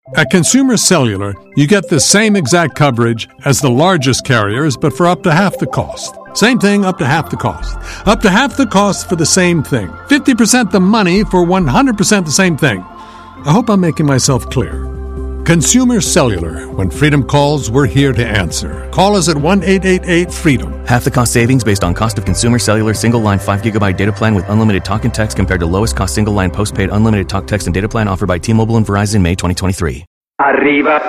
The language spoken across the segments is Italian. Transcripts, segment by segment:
At Consumer Cellular, you get the same exact coverage as the largest carriers, but for up to half the cost. Same thing, up to half the cost. Up to half the cost for the same thing. 50% the money for 100% the same thing. I hope I'm making myself clear. Consumer Cellular. When freedom calls, we're here to answer. Call us at 1-888-FREEDOM. Half the cost savings based on cost of Consumer Cellular single line 5 GB data plan with unlimited talk and text compared to lowest cost single line postpaid unlimited talk, text and data plan offered by T-Mobile and Verizon May 2023. Arriva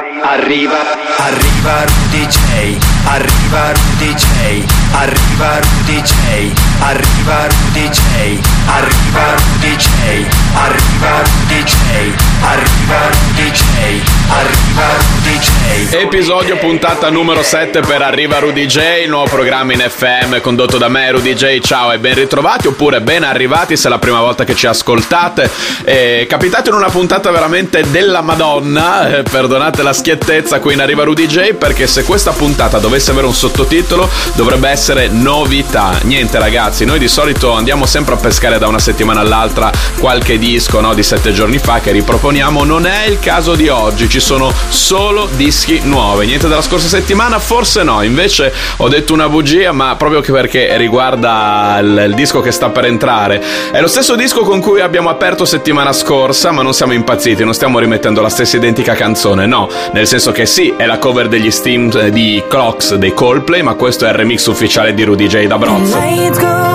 Rudy J, arriva Rudy J, arriva Rudy J, arriva Rudy J, arriva Rudy J, arriva Rudy J, arriva Rudy J, arriva Rudy J. Episodio puntata numero 7 per Arriva Rudy J, il nuovo programma in FM condotto da me, Rudy J. Ciao e ben ritrovati, oppure ben arrivati se è la prima volta che ci ascoltate. Capitate in una puntata veramente della Madonna, perdonate la schiettezza qui in Arriva Rudy J, perché se questa puntata dovesse avere un sottotitolo dovrebbe essere novità. Niente ragazzi, noi di solito andiamo sempre a pescare da una settimana all'altra qualche disco, no, di 7 giorni fa che riproponiamo. Non è il caso di oggi, ci sono solo dischi nuovi. Niente della scorsa settimana? Forse no, invece ho detto una bugia, ma proprio perché riguarda il disco che sta per entrare. È lo stesso disco con cui abbiamo aperto settimana scorsa, ma non siamo impazziti, non stiamo rimettendo la stessa identica canzone, no, nel senso che sì, è la cover degli Steam di Clocks dei Coldplay, ma questo è il remix ufficiale di Rudy J d'Abruzzo.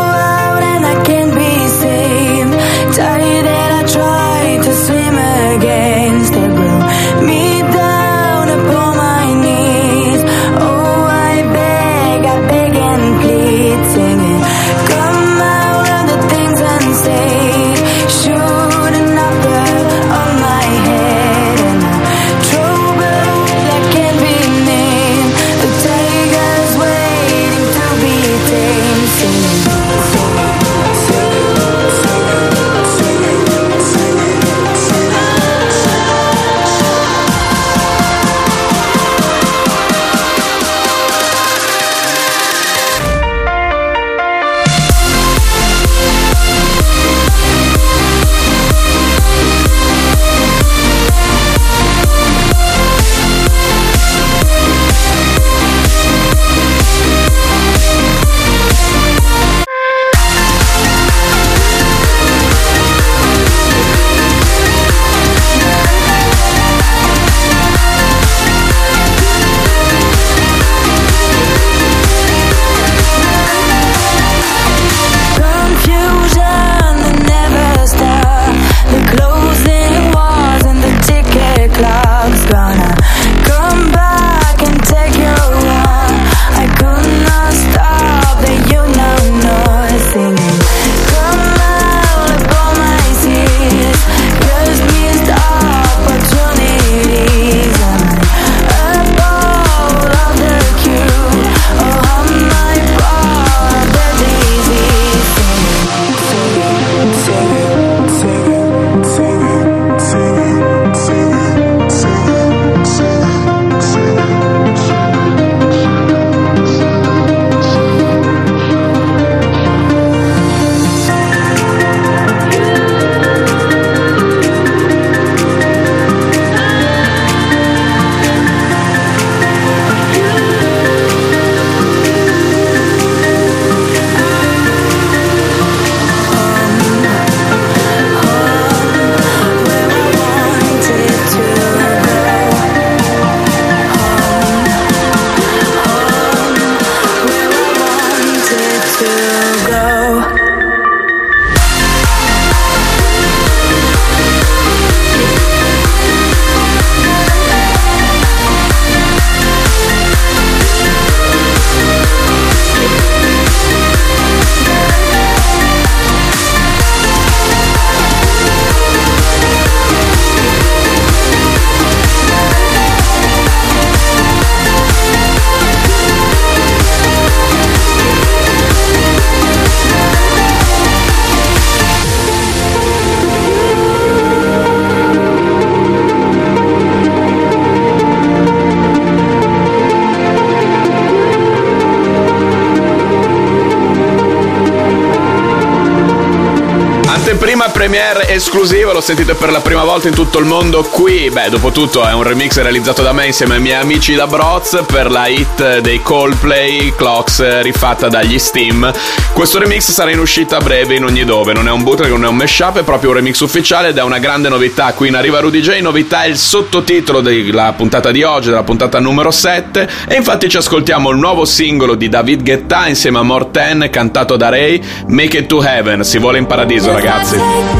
premiere esclusiva, lo sentite per la prima volta in tutto il mondo qui. Beh, dopo tutto è un remix realizzato da me insieme ai miei amici da Broz per la hit dei Coldplay, Clocks, rifatta dagli Steam. Questo remix sarà in uscita a breve in ogni dove, non è un bootleg, non è un mashup, è proprio un remix ufficiale ed è una grande novità qui in Arriva Rudy J. Novità è il sottotitolo della puntata di oggi, della puntata numero 7, e infatti ci ascoltiamo il nuovo singolo di David Guetta insieme a Morten, cantato da Ray, Make It to Heaven. Si vuole in paradiso, ragazzi.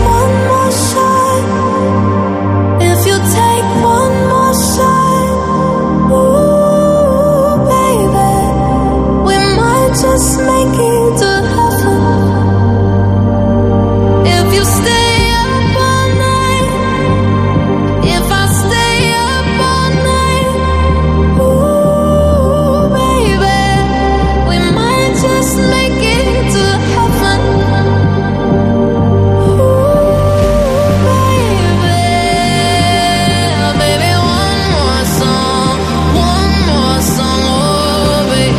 Just make it to heaven. If you stay up all night, if I stay up all night, ooh, baby, we might just make it to heaven. Ooh, baby, one more song, oh, baby.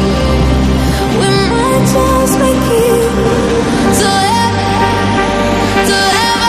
Just make it to heaven, to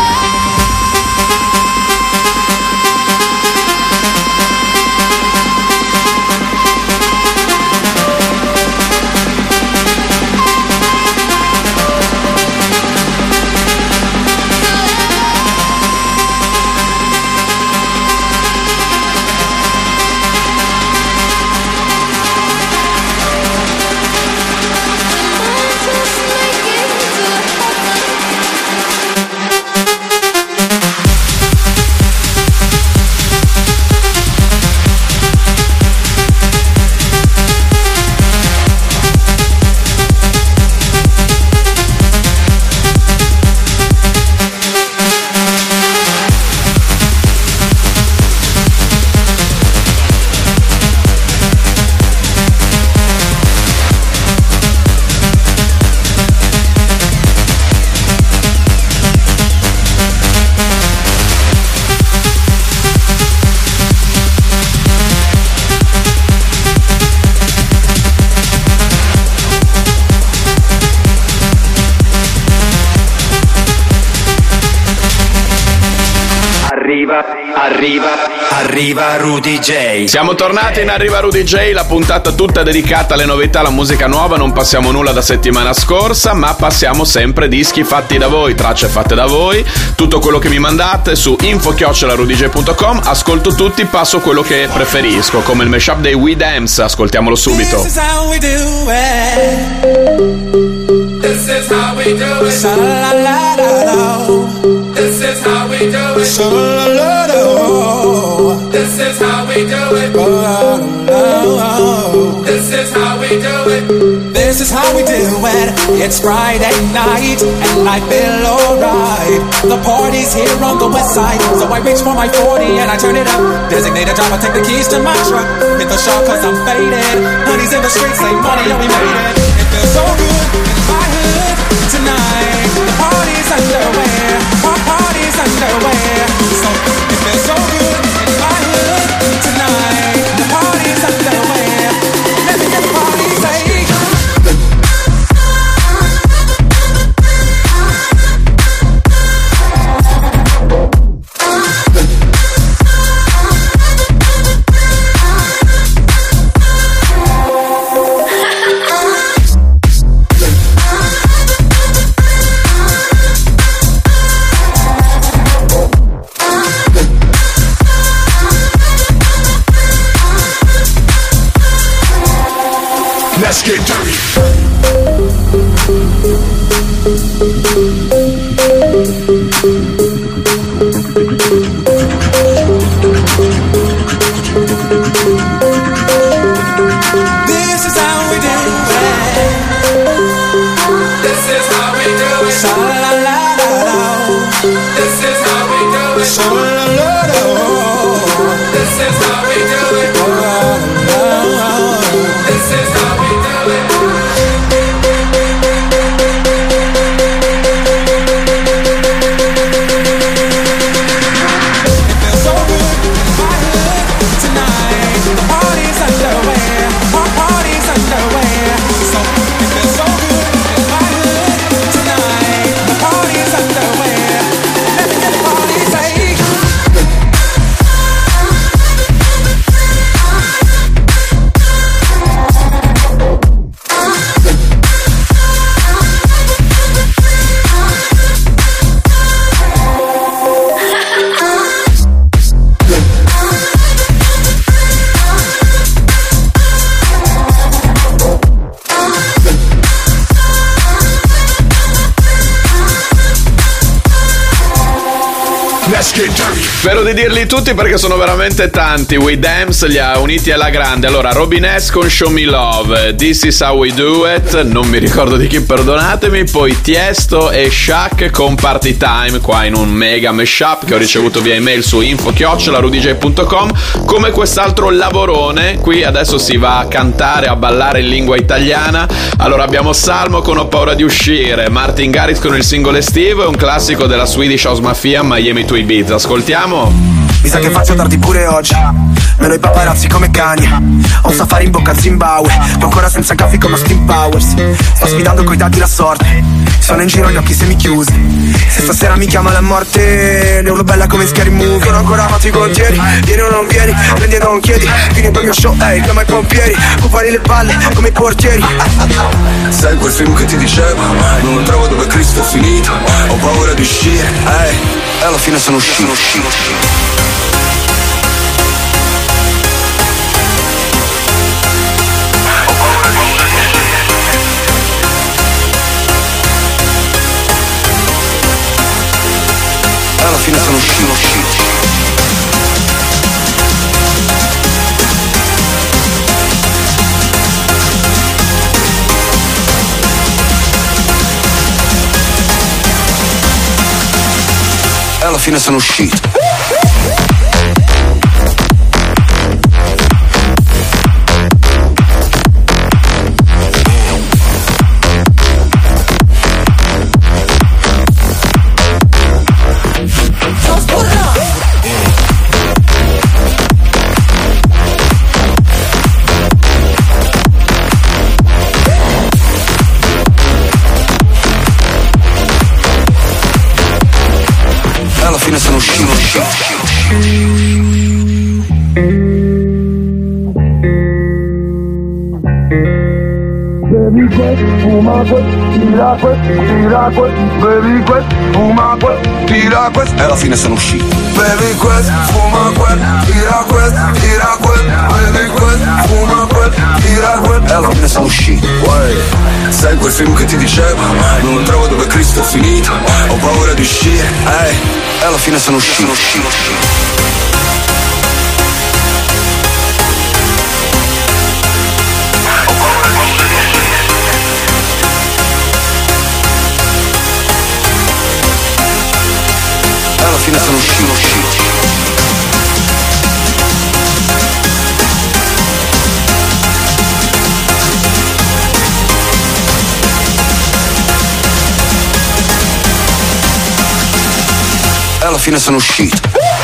Arriva Rudy J. Siamo tornati in Arriva Rudy J, la puntata tutta dedicata alle novità, alla musica nuova. Non passiamo nulla da settimana scorsa, ma passiamo sempre dischi fatti da voi, tracce fatte da voi, tutto quello che mi mandate su info@rudj.com. Ascolto tutti, passo quello che preferisco, come il mashup dei We Dance. Ascoltiamolo subito. This is how we do it. This is how we do it. This is how we do it. This is how we do it. This is how we do it. This is how we do it. It's Friday night and I feel alright. The party's here on the west side, so I reach for my 40 and I turn it up. Designated driver, take the keys to my truck. Hit the shop cause I'm faded. Honey's in the streets, say money and we made it. It feels so good in my hood tonight. The party's underway. Party's underway. So it feels so good in my hood tonight. The party's underway. Let me get the party say. Spero di dirli tutti perché sono veramente tanti. We Dams li ha uniti alla grande. Allora, Robin S con Show Me Love, This Is How We Do It, non mi ricordo di chi, perdonatemi. Poi Tiesto e Shaq con Party Time, qua in un mega mashup che ho ricevuto via email su info@rudj.com. Come quest'altro lavorone, qui adesso si va a cantare, a ballare in lingua italiana. Allora abbiamo Salmo con Ho paura di uscire, Martin Garrix con il singolo estivo e un classico della Swedish House Mafia, Miami to Ibiza. Ascoltiamo. Mi sa che faccio tardi pure oggi, meno i paparazzi come cani. Ho un safari in bocca al Zimbabwe, ma ancora senza caffi come Austin Powers. Sto sfidando coi dati la sorte, sono in giro gli occhi semichiusi. Se stasera mi chiama la morte, le urlo bella come in Scary Movie. Sono ancora fatti i contieri, vieni o non vieni, prendi e non chiedi. Vieni per il mio show, chiama i pompieri, occupare le palle come i portieri. Sai quel film che ti dicevo, non lo trovo dove Cristo è finito. Ho paura di uscire, e alla fine sono uscito. Alla fine sono uscito. Alla fine sono uscito. Alla fine sono uscito. Baby quest, fuma quest, tira quest, baby quest, fuma quest, tira quest. E alla fine sono uscito. Baby quest, fuma quest, tira quest, baby quest, fuma quest, tira quest. E alla fine sono uscito. Sai quel film che ti dicevo, non lo trovo dove Cristo è finito. Ho paura di uscire, e alla fine sono uscito. Alla fine sono uscito. Alla fine sono uscito.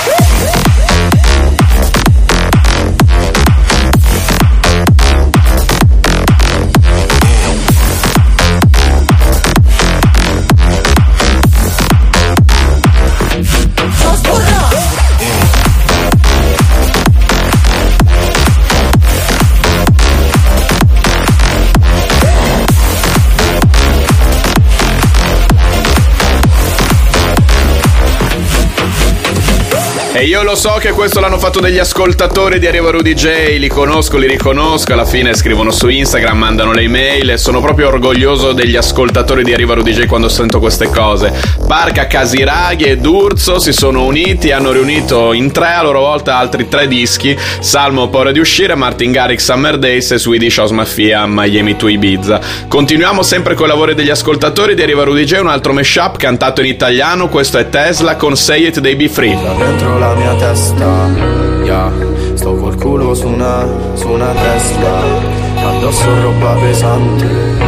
E io lo so che questo l'hanno fatto degli ascoltatori di Arriva Rudy J, li conosco, li riconosco, alla fine scrivono su Instagram, mandano le email e sono proprio orgoglioso degli ascoltatori di Arriva Rudy J quando sento queste cose. Parca, Casiraghi e D'Urso si sono uniti, hanno riunito in tre a loro volta altri 3 dischi, Salmo Paura di uscire, Martin Garrix Summer Days e Swedish House Mafia Miami to Ibiza. Continuiamo sempre con i lavori degli ascoltatori di Arriva Rudy J, un altro mashup cantato in italiano, questo è Tesla con Say It They Be Free. Dentro la mia testa, yeah. Sto col culo su una Tesla, addosso roba pesante.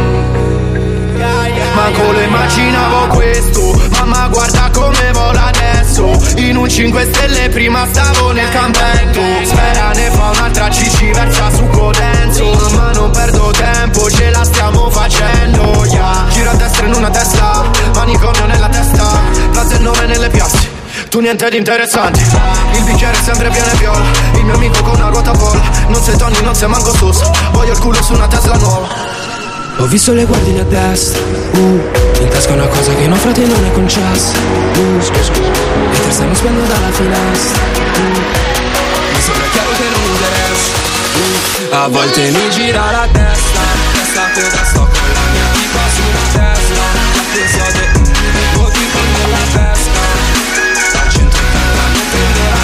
Manco lo immaginavo questo, mamma guarda come vola adesso. In un 5 stelle prima stavo nel campetto. Spera ne fa un'altra, ci versa succo denso. Ma non perdo tempo, ce la stiamo facendo, yeah. Giro a destra in una Tesla, manicomio nella testa, frase e nome nelle piazze. Tu niente di interessante, il bicchiere è sempre pieno e viola. Il mio amico con una ruota vola, non sei Tony, non sei manco Sosa. Voglio il culo su una Tesla nuova. Ho visto le guardie a destra, in tasca una cosa che non frate non è concessa. E te stiamo spendo dalla finestra, mi sembra chiaro che non interessa. A volte mi gira la testa, testa coda sto con la mia tipa su una Tesla. Attesa de voti con la pesca, al centro terra non prenderà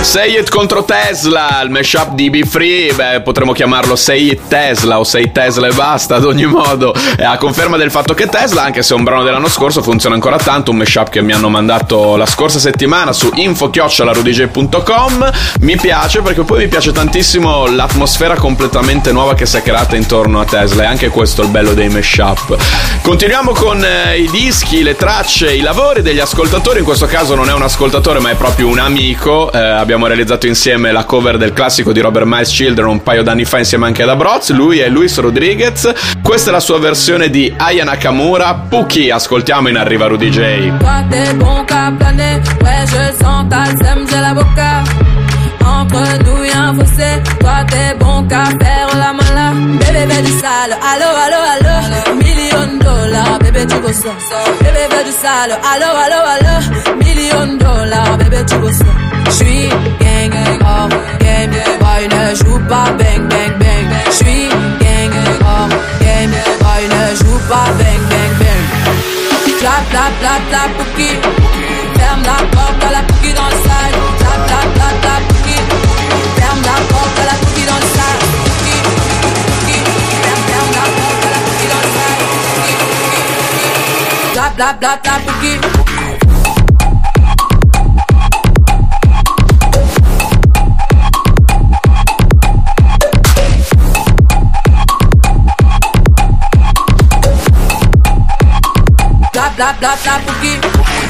Say It contro Tesla, il mashup di Be Free, potremmo chiamarlo Say It Tesla o Say Tesla e basta. Ad ogni modo è a conferma del fatto che Tesla, anche se è un brano dell'anno scorso, funziona ancora tanto. Un mashup che mi hanno mandato la scorsa settimana su info@rudj.com. Mi piace perché poi mi piace tantissimo l'atmosfera completamente nuova che si è creata intorno a Tesla, e anche questo è il bello dei mashup. Continuiamo con i dischi, le tracce, i lavori degli ascoltatori. In questo caso non è un ascoltatore ma è proprio un amico. Abbiamo realizzato insieme la cover del classico di Robert Miles Children un paio d'anni fa insieme anche ad Abroz. Lui è Luis Rodriguez, questa è la sua versione di Aya Nakamura, Pookie. Ascoltiamo in Arriva Rudy J. Toi t'es bon qu'à planer, ouais je sens ta sème, j'ai l'avocat. Entre nous y'a un fossé, toi t'es bon qu'à faire la mala. Bébé fais du sale, allo allo allo, $1,000,000, bébé tu veux ça. Bébé fais du sale, allo allo allo, $1,000,000, bébé tu veux ça. J'suis gang gang hors game, boy ne joue pas bang bang bang. J'suis gang gang hors game, boy ne joue pas bang bang bang. Clap clap clap clap Pookie, ferme la porte à la Pookie dans le sale. Clap clap clap clap Pookie, ferme la porte à la Pookie dans le sale. Pookie, Pookie, ferme la porte à la Pookie dans le sale. Clap clap clap clap Pookie. Bla bla bla Pookie.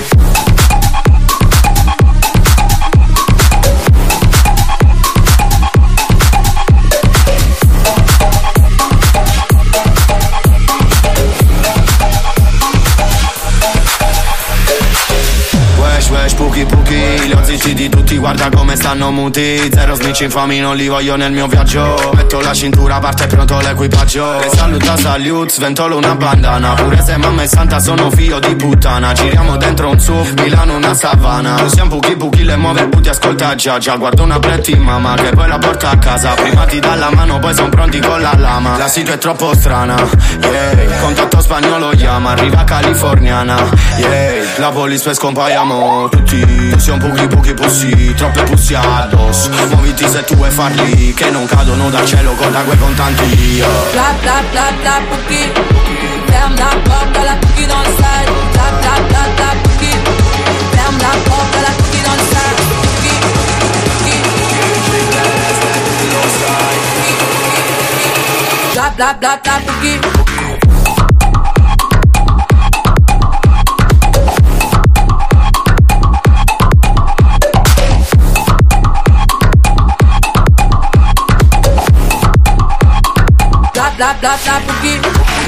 Wesh Pookie Pookie, li ho zitti di tutti, guarda come stanno muti. Zero snitch infami, non li voglio nel mio viaggio. Metto la cintura, parte pronto l'equipaggio. E saluta salute, sventolo una bandana. Pure se mamma è santa sono figlio di puttana. Giriamo dentro un SUV, Milano una savana. Noi siamo Pookie Pookie, le muove il booty, ascolta già. Guardo una pretti mamma che poi la porta a casa. Prima ti dà la mano, poi son pronti con la lama. La situa è troppo strana, yeah. Contatto spagnolo chiama, arriva californiana, yeah. La police poi scompaiamo tutti. Siamo Pookie Pookie Pussy, troppe pussi addosso. Muoviti se tu vuoi farli, che non cadono dal cielo con da quei contanti. Clap clap clap clap Pookie, ferme la porte à la Pookie dans le sale. Clap clap clap clap Pookie, ferme la porte à la Pookie dans le sale. Pookie, Pookie, clap clap clap clap Pookie. Bla bla bla Pookie.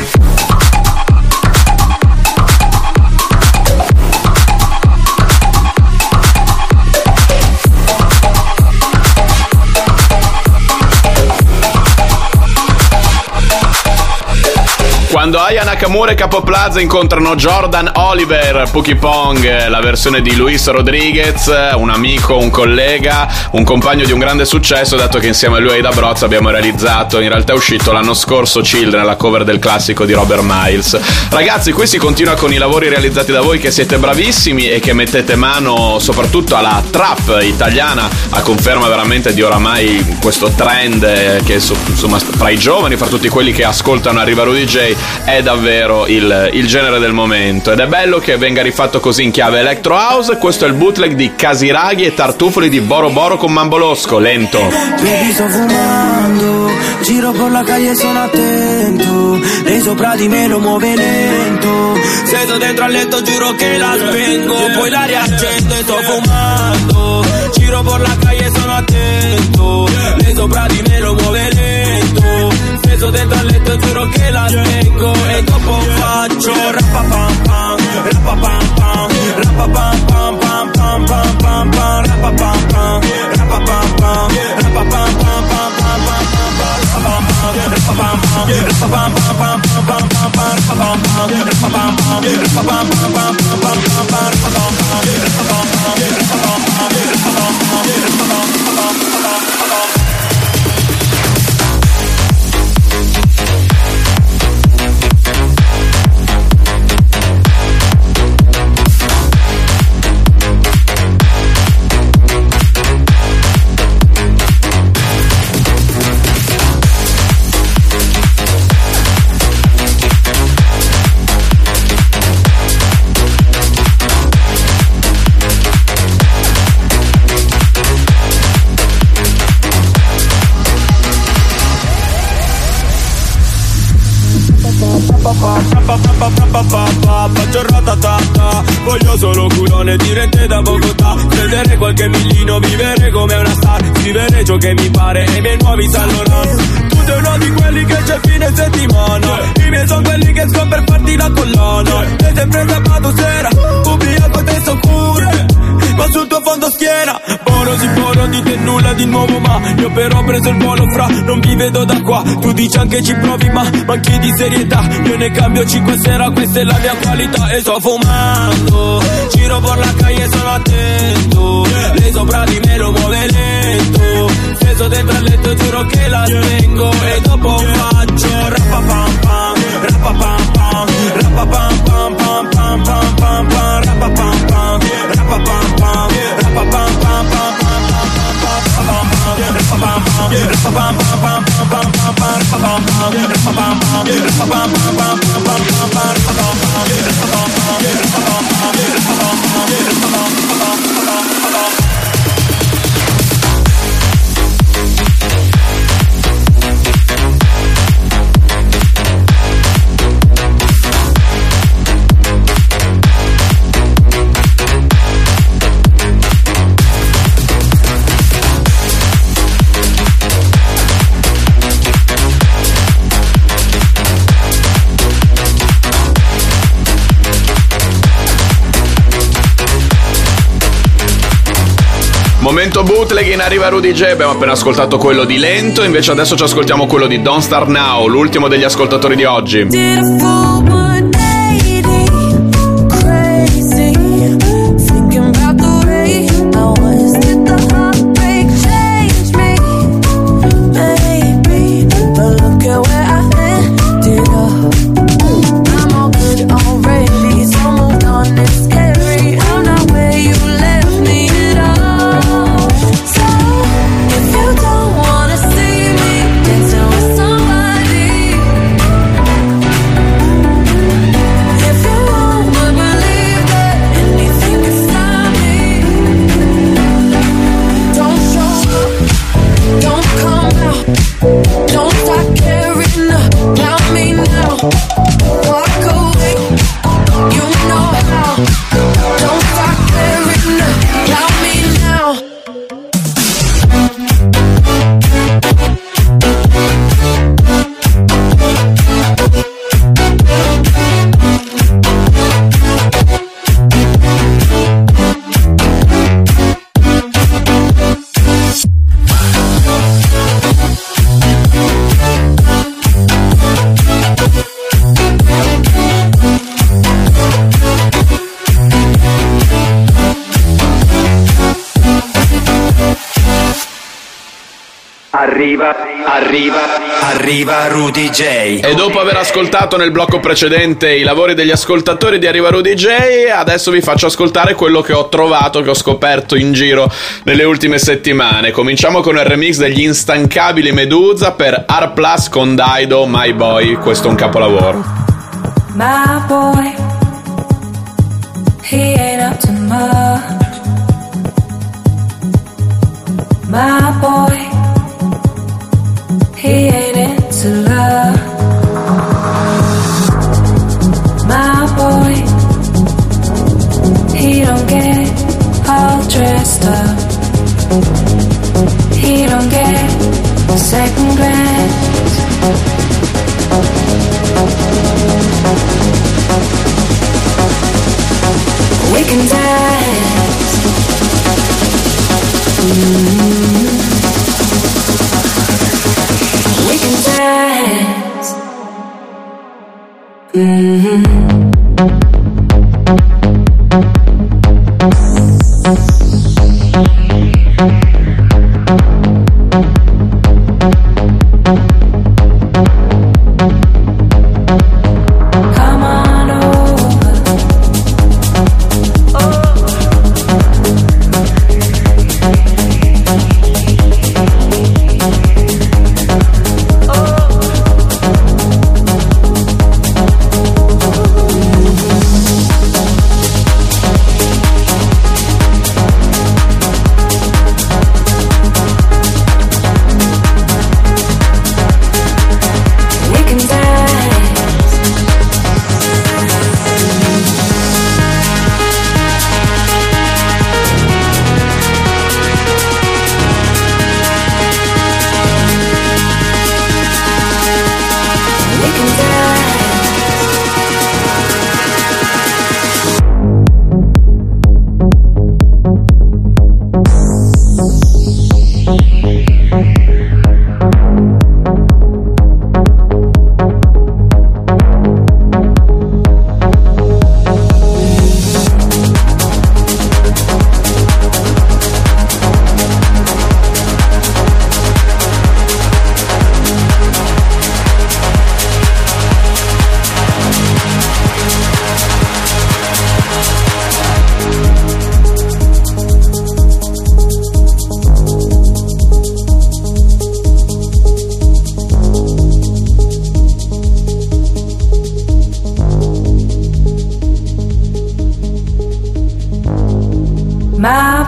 Quando Aya Nakamura e Capo Plaza incontrano Jordan Oliver, Pookie Pong, la versione di Luis Rodriguez, un amico, un collega, un compagno di un grande successo, dato che insieme a lui e da Broz abbiamo realizzato, in realtà è uscito l'anno scorso, Children, la cover del classico di Robert Miles. Ragazzi, qui si continua con i lavori realizzati da voi, che siete bravissimi e che mettete mano soprattutto alla trap italiana, a conferma veramente di oramai questo trend che insomma fra i giovani, fra tutti quelli che ascoltano Arriva Rudy J, è davvero il genere del momento, ed è bello che venga rifatto così in chiave electro house. Questo è il bootleg di Casiraghi e Tartufoli di Boro Boro con Mambolosco, lento. Baby sto fumando, giro per la calle sono attento, lei sopra di me lo muove lento, se sto dentro al letto giuro che la spengo, poi la riaccendo e sto fumando, giro per la calle sono attento, lei sopra di me lo muove lento, se sto dentro al letto giuro che la spengo e dopo faccio rapapam pam, rapapam pam, rapapam pam pam pam pam pam pam, rapapam pam, rapapam pam, rapapam pam pam pam pam faccio ratatata. Voglio solo culone, dirette da Bogotà. Vedere qualche millino, vivere come una star. Scrivere ciò che mi pare e i miei nuovi Saint Laurent. Tu sei uno di quelli che c'è fine settimana. I miei sono quelli che escono per farti la collana. E sempre sabato sera, ubriaco te so pure, ma sul tuo fondo schiena. Buono si buono di te nulla di nuovo, ma io però ho preso il volo fra, non vi vedo da qua. Tu dici anche ci provi ma manchi di serietà. Io ne cambio 5 sera, questa è la mia qualità. E sto fumando, giro per la calle sono attento. Lei sopra di me lo muove lento. Steso dentro al letto giuro che la spengo. E dopo faccio rapapam pam, rapapam pam, rapapam pam pam pam pam pam pam, rapapam pam, rapapam pam, rapapam pam pam Momento bootleg in Arriva Rudy J. Abbiamo appena ascoltato quello di Lento, invece adesso ci ascoltiamo quello di Don't Start Now, l'ultimo degli ascoltatori di oggi. Arriva Rudy J. E dopo aver ascoltato nel blocco precedente i lavori degli ascoltatori di Arriva Rudy J, adesso vi faccio ascoltare quello che ho trovato, che ho scoperto in giro nelle ultime settimane. Cominciamo con il remix degli instancabili Medusa per R Plus con Dido, My Boy. Questo è un capolavoro. My boy, he ain't up to much. My boy, he ain't into love. My boy, he don't get all dressed up. He don't get a second glance. We can dance.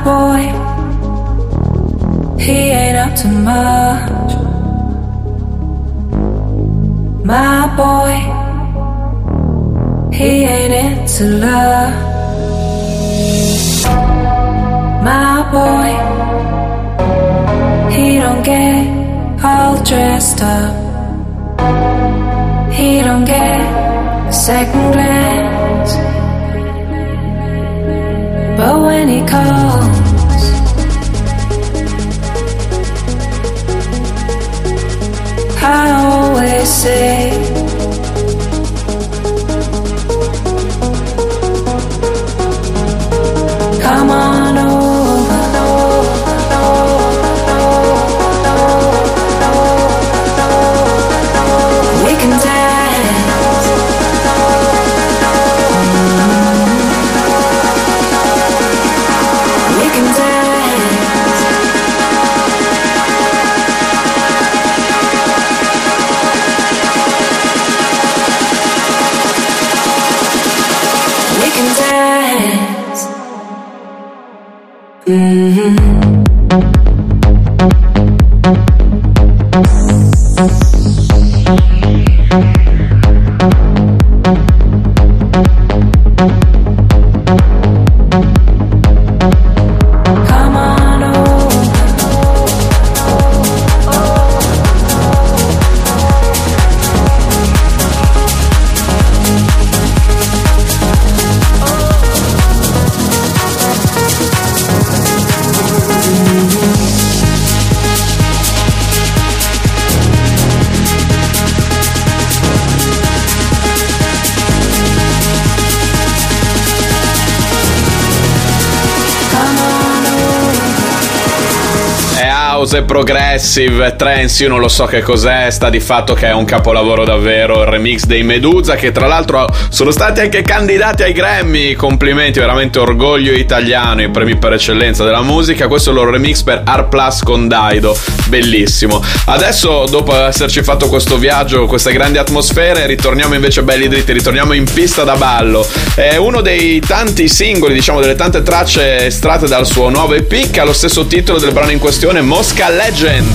boy, he ain't up to much. My boy, he ain't into love. My boy, he don't get all dressed up. He don't get a second glance. But when he calls, I always say, come on over. We can dance. We can dance. We can dance. Come on over. House e progressive, trance, io non lo so che cos'è, sta di fatto che è un capolavoro davvero, il remix dei Medusa, che tra l'altro sono stati anche candidati ai Grammy, complimenti, veramente orgoglio italiano, i premi per eccellenza della musica. Questo è il loro remix per Art Plus con Daido, bellissimo. Adesso, dopo esserci fatto questo viaggio, queste grandi atmosfere, ritorniamo invece belli dritti, ritorniamo in pista da ballo. È uno dei tanti singoli, diciamo delle tante tracce estratte dal suo nuovo EP, che ha lo stesso titolo del brano in questione, Mosca Legend.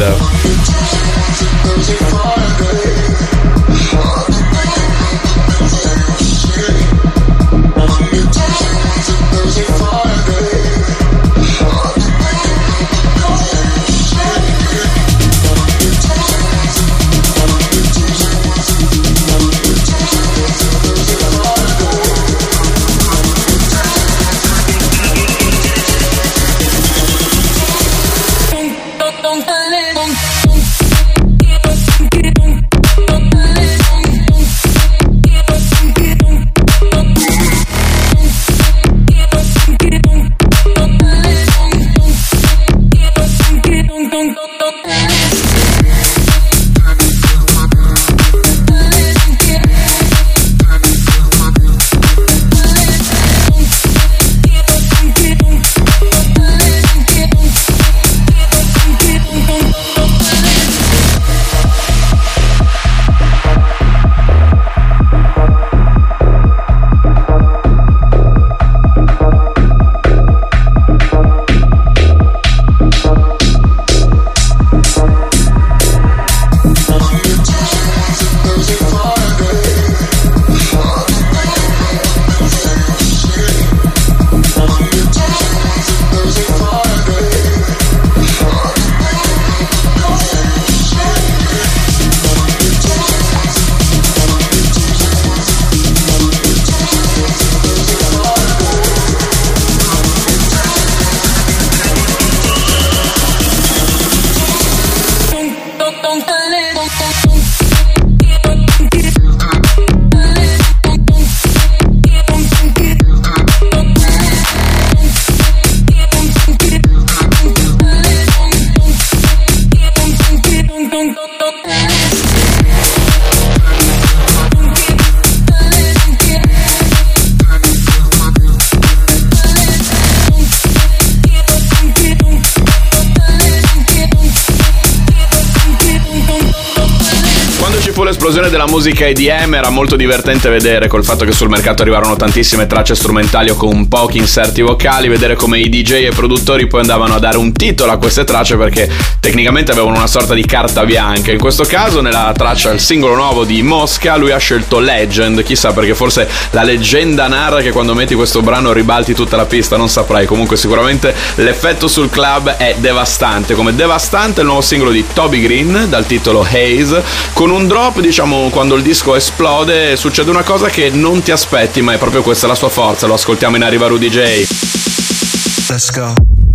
fu l'esplosione della musica EDM, era molto divertente vedere, col fatto che sul mercato arrivarono tantissime tracce strumentali o con pochi inserti vocali, vedere come i DJ e i produttori poi andavano a dare un titolo a queste tracce perché tecnicamente avevano una sorta di carta bianca. In questo caso, nella traccia, il singolo nuovo di Mosca, lui ha scelto Legend, chissà perché forse la leggenda narra che quando metti questo brano ribalti tutta la pista, non saprei. Comunque sicuramente l'effetto sul club è devastante, come devastante il nuovo singolo di Toby Green dal titolo Haze, con un drop, diciamo, quando il disco esplode succede una cosa che non ti aspetti, ma è proprio questa la sua forza. Lo ascoltiamo in Arriva Rudy J. Let's go.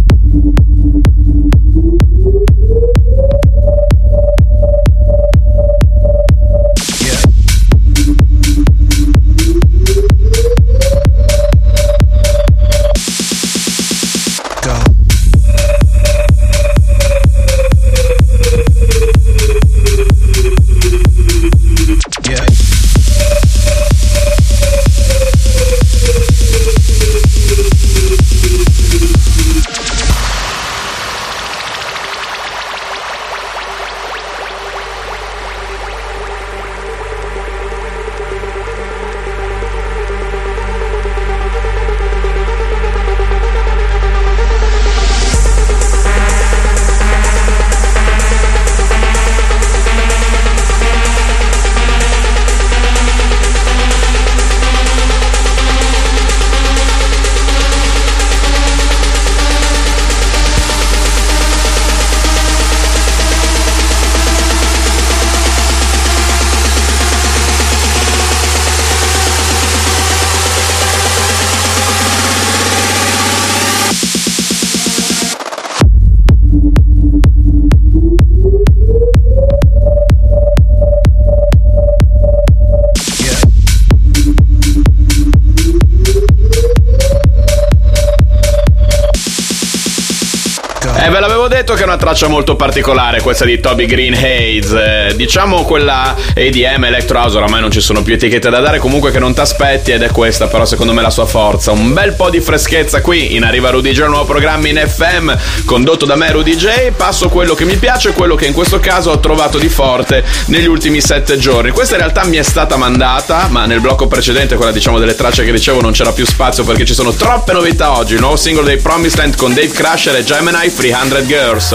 Ve l'avevo detto che è una traccia molto particolare questa di Toby Green Haze, diciamo quella EDM, Electro House, oramai non ci sono più etichette da dare, comunque che non ti aspetti, ed è questa però secondo me la sua forza. Un bel po' di freschezza qui in Arriva Rudy J, il nuovo programma in FM condotto da me Rudy J. Passo quello che mi piace, quello che in questo caso ho trovato di forte negli ultimi 7 giorni. Questa in realtà mi è stata mandata, ma nel blocco precedente, quella diciamo delle tracce che dicevo, non c'era più spazio perché ci sono troppe novità oggi. Il nuovo singolo dei Promised Land con Dave Crusher e Gemini, 300 Girls.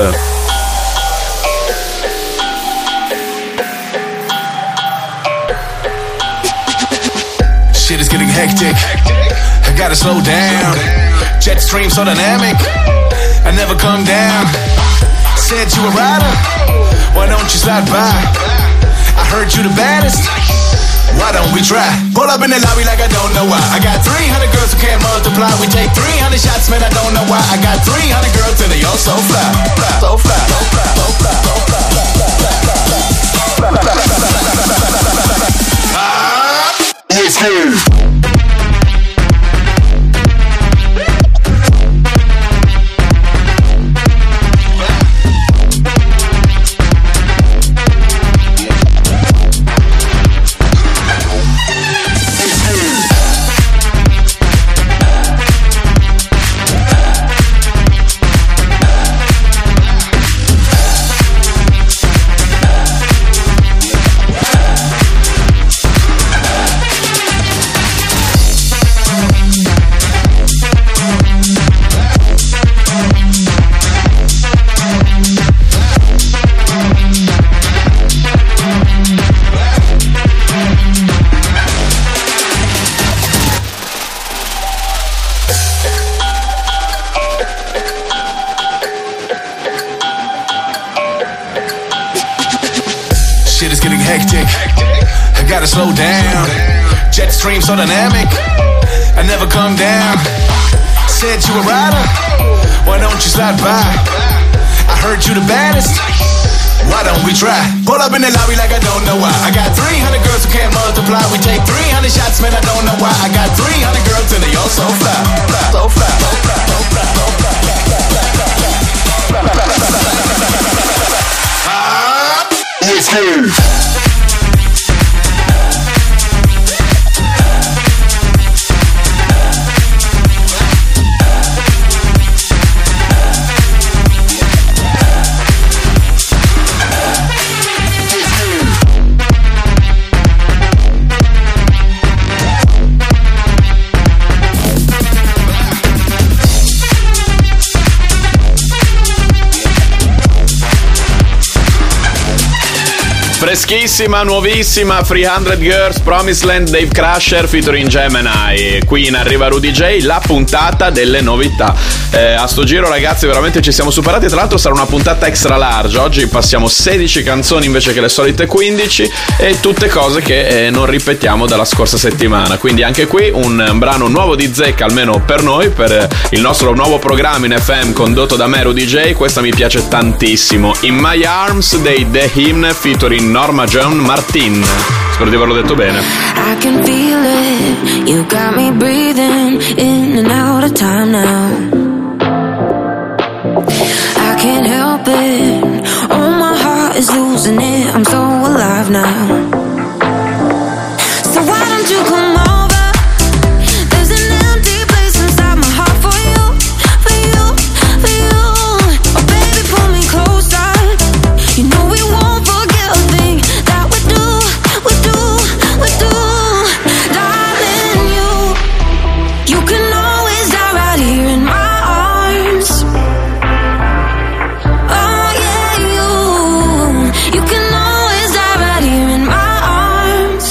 Shit is getting hectic, I gotta slow down. Jet stream so dynamic, I never come down. Said you a rider, why don't you slide by? I heard you the baddest, why don't we try? Pull up in the lobby like I don't know why. I got 300 girls who can't multiply. We take 300 shots, man, I don't know why. I got 300 girls and they all so fly. So fly, so fly, so fly, so fly. Let's go. Slow down, jet stream so dynamic, I never come down. Said you a rider, why don't you slide by? I heard you the baddest, why don't we try? Pull up in the lobby like I don't know why. I got 300 girls who can't multiply. We take 300 shots, man, I don't know why. I got 300 girls and they all so fly. So fly, so fly, so fly, so fly. Let's go. Freschissima, nuovissima, 300 Girls, Promised Land, Dave Crusher featuring Gemini. Qui in Arriva Rudy J, la puntata delle novità. A sto giro, ragazzi, veramente ci siamo superati. Tra l'altro sarà una puntata extra large. Oggi passiamo 16 canzoni invece che le solite 15, e tutte cose che non ripetiamo dalla scorsa settimana. Quindi anche qui un brano nuovo di zecca, almeno per noi, per il nostro nuovo programma in FM condotto da me, Rudy J. Questa mi piace tantissimo. In My Arms dei The Hymn featuring Norma Jean Martin. Spero di averlo detto bene. I can feel it, you got me breathing in and out of time now. I can't help it, oh my heart is losing it, I'm so alive now. So why don't you come over, there's an empty place inside my heart for you, for you, for you. Oh baby, pull me closer, you know we won't forget a thing that we do, we do, we do. Darling, you can always die right here in my arms. Oh yeah, you can always die right here in my arms.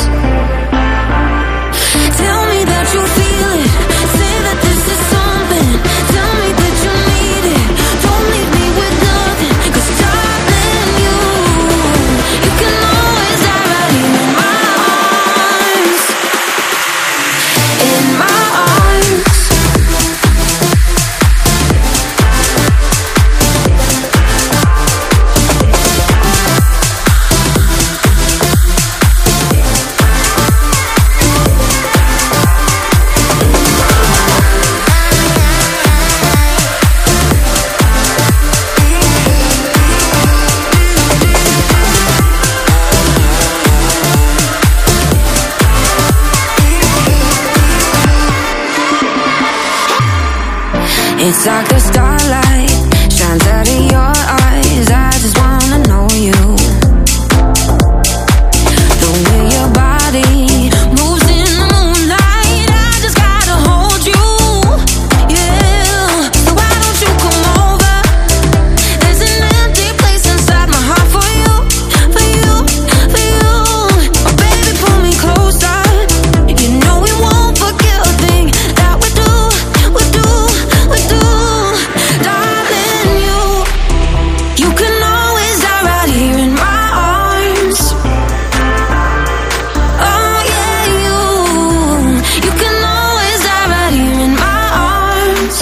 Tell me that you feel it, say that this is something. Tell me that you need it, don't leave me with nothing. 'Cause darling, you can always die right here in my arms. In my arms. It's like the starlight shines out of your eyes. I just wanna know you. The way your body moves in the moonlight, I just gotta hold you. Yeah. So why don't you come over? There's an empty place inside my heart for you, for you, for you. Oh baby, pull me closer. You know we won't forget a thing that we do, we do, we do. Darling, you can always die right here in my arms. Oh yeah, you can always die right here in my arms.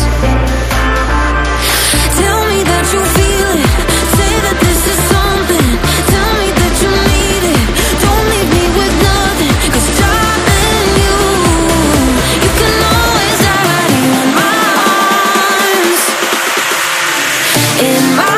Tell me that you feel it, say that this is something. Tell me that you need it, don't leave me with nothing. 'Cause darling, you can always die right here in my arms. In my arms.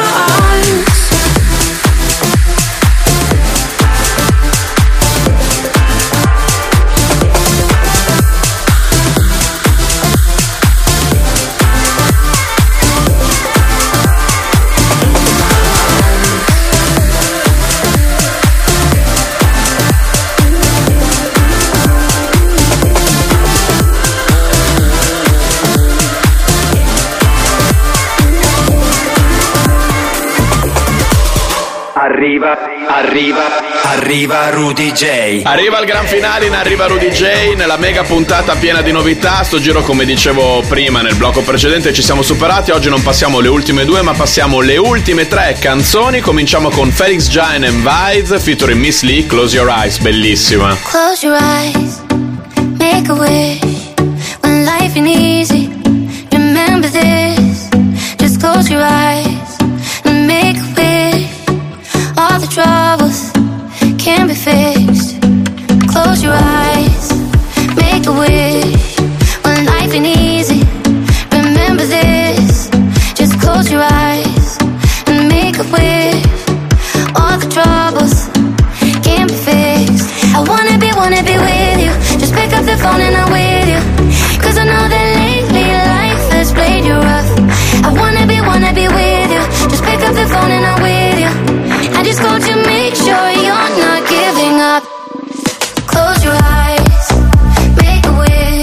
Arriva Rudy J. Arriva il gran finale in Arriva Rudy J, nella mega puntata piena di novità. Sto giro, come dicevo prima nel blocco precedente, ci siamo superati. Oggi non passiamo le ultime due, ma passiamo le ultime tre canzoni. Cominciamo con Felix Jaehn and Vibes featuring Miss Li, Close Your Eyes, bellissima. Close your eyes, make a wish. When life ain't easy, remember this. Just close your eyes and make a wish. All the troubles can be fixed. Close your eyes, make a wish. When life ain't easy, remember this. Just close your eyes and make a wish. All the troubles can be fixed. I wanna be with you. Just pick up the phone and I'm with you. 'Cause I know that lately life has played you rough. I wanna be with you. Just pick up the phone and I'm with you. I just called to make sure you're not giving up. Close your eyes, make a wish.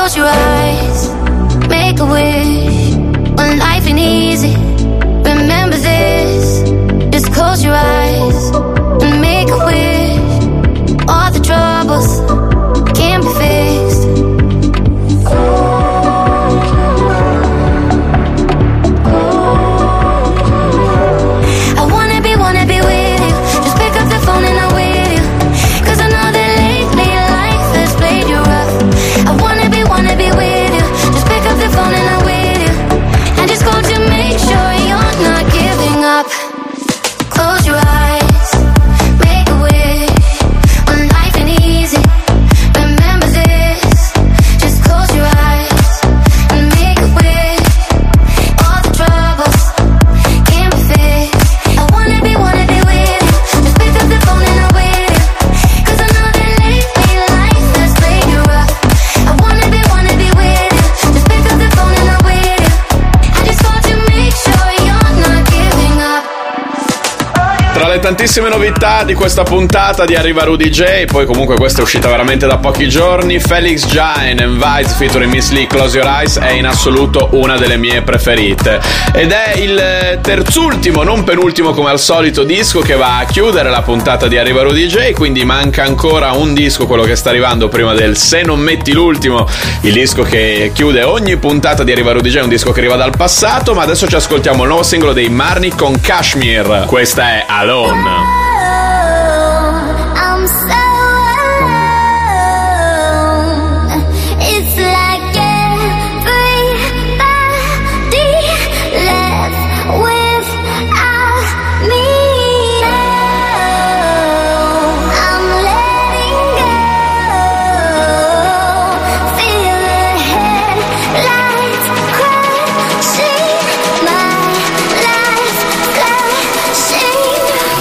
close your eyes, make a wish. When life ain't easy, remember this. Just close your eyes and make a wish. All the troubles can't be fixed. I wanna be with you. Just pick up the phone and I'm with you. 'Cause I know that lately life has played you rough. I wanna be with you. Just pick up the phone and I'm with you. I just called to make sure you're not giving up. Close your eyes, make a wish. When life ain't easy, remember this. Just close your eyes and make a wish. All the troubles can't be fixed. I wanna be with you. Just pick up the phone and I'm with you. 'Cause I know that lately life has played you rough. I wanna be with you. Just pick up the phone and I'm with you. I just called to make sure you're not giving up. Tra le tantissime novità di questa puntata di Arriva Rudy J, poi comunque questa è uscita veramente da pochi giorni, Felix Jaehn and Vice featuring Miss Li, Close Your Eyes, è in assoluto una delle mie preferite. Ed è il terzultimo, non penultimo come al solito, disco che va a chiudere la puntata di Arriva Rudy J, quindi manca ancora un disco, quello che sta arrivando prima del Se non metti l'ultimo, il disco che chiude ogni puntata di Arriva Rudy J, un disco che arriva dal passato, ma adesso ci ascoltiamo il nuovo singolo dei Marnik con Kashmir. Questa è Alone. I'm so alone. It's like everybody left without me. I'm letting go. Feel the headlights crashing, my life flashing.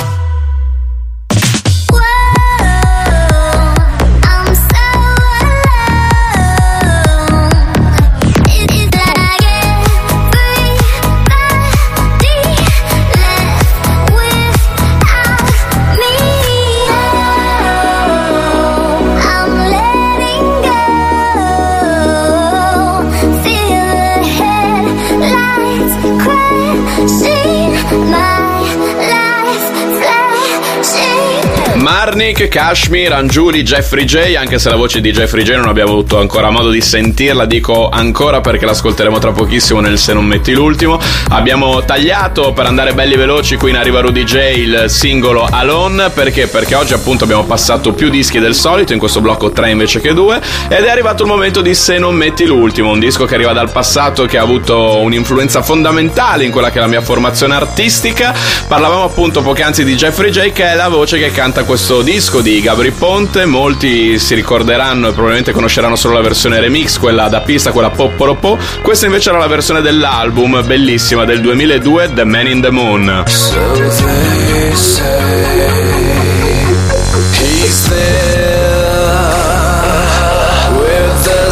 Marnik, Kashmir, Anjuli, Jeffrey J, anche se la voce di Jeffrey J non abbiamo avuto ancora modo di sentirla, dico ancora perché l'ascolteremo tra pochissimo nel Se non metti l'ultimo. Abbiamo tagliato per andare belli veloci qui in Arriva Rudy J il singolo Alone, perché oggi appunto abbiamo passato più dischi del solito, in questo blocco 3 invece che 2, ed è arrivato il momento di Se non metti l'ultimo, un disco che arriva dal passato, che ha avuto un'influenza fondamentale in quella che è la mia formazione artistica. Parlavamo appunto poc'anzi di Jeffrey J, che è la voce che canta questo disco di Gabry Ponte. Molti si ricorderanno e probabilmente conosceranno solo la versione remix, quella da pista, quella Popporopò. Questa invece era la versione dell'album, bellissima, del 2002, The Man in the Moon. So they say he's there with the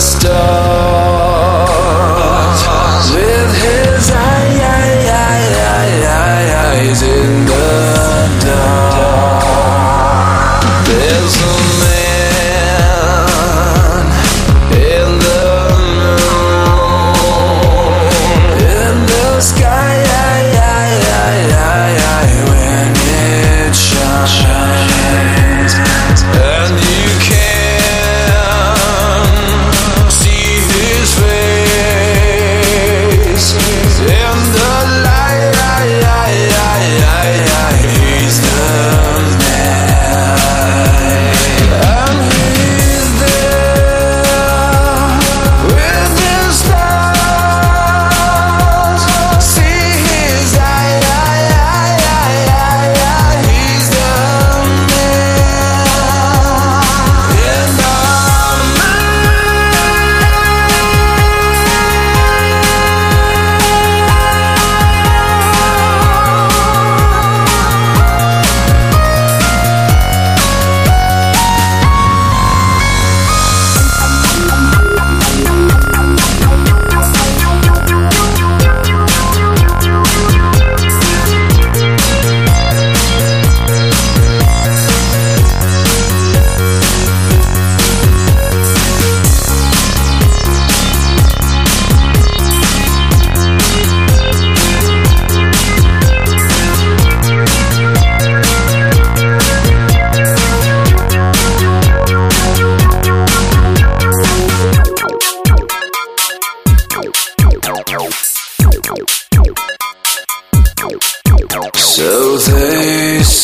stars, with his eyes in the dark. There's a man in the moon, in the sky, when it shines.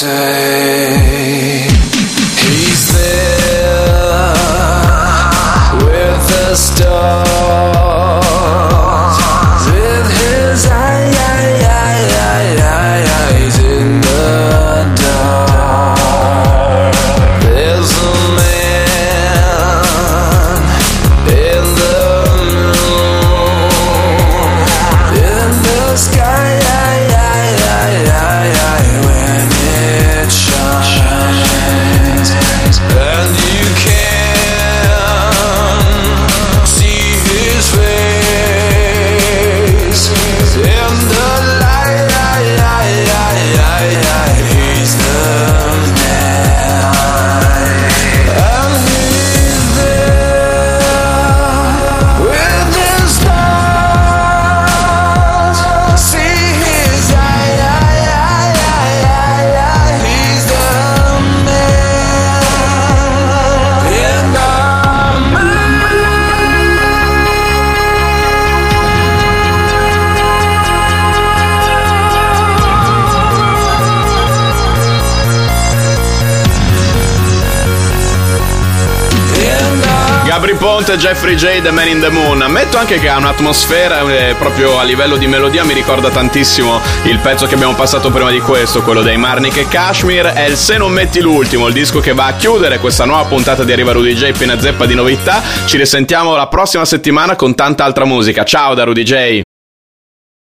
say he's there with the stars, with his eyes in the dark. There's a man in the moon, in the sky. When it shines, and you can see his face in the light. He's the man, and he's there with his stars. See his he's the man in the Gabry Ponte, Jeffrey J, The Man in the Moon. Ammetto anche che ha un'atmosfera, proprio a livello di melodia mi ricorda tantissimo il pezzo che abbiamo passato prima di questo, quello dei Marnik e Kashmir. È il Se non metti l'ultimo, il disco che va a chiudere questa nuova puntata di Arriva Rudy J, piena zeppa di novità. Ci risentiamo la prossima settimana con tanta altra musica. Ciao da Rudy J.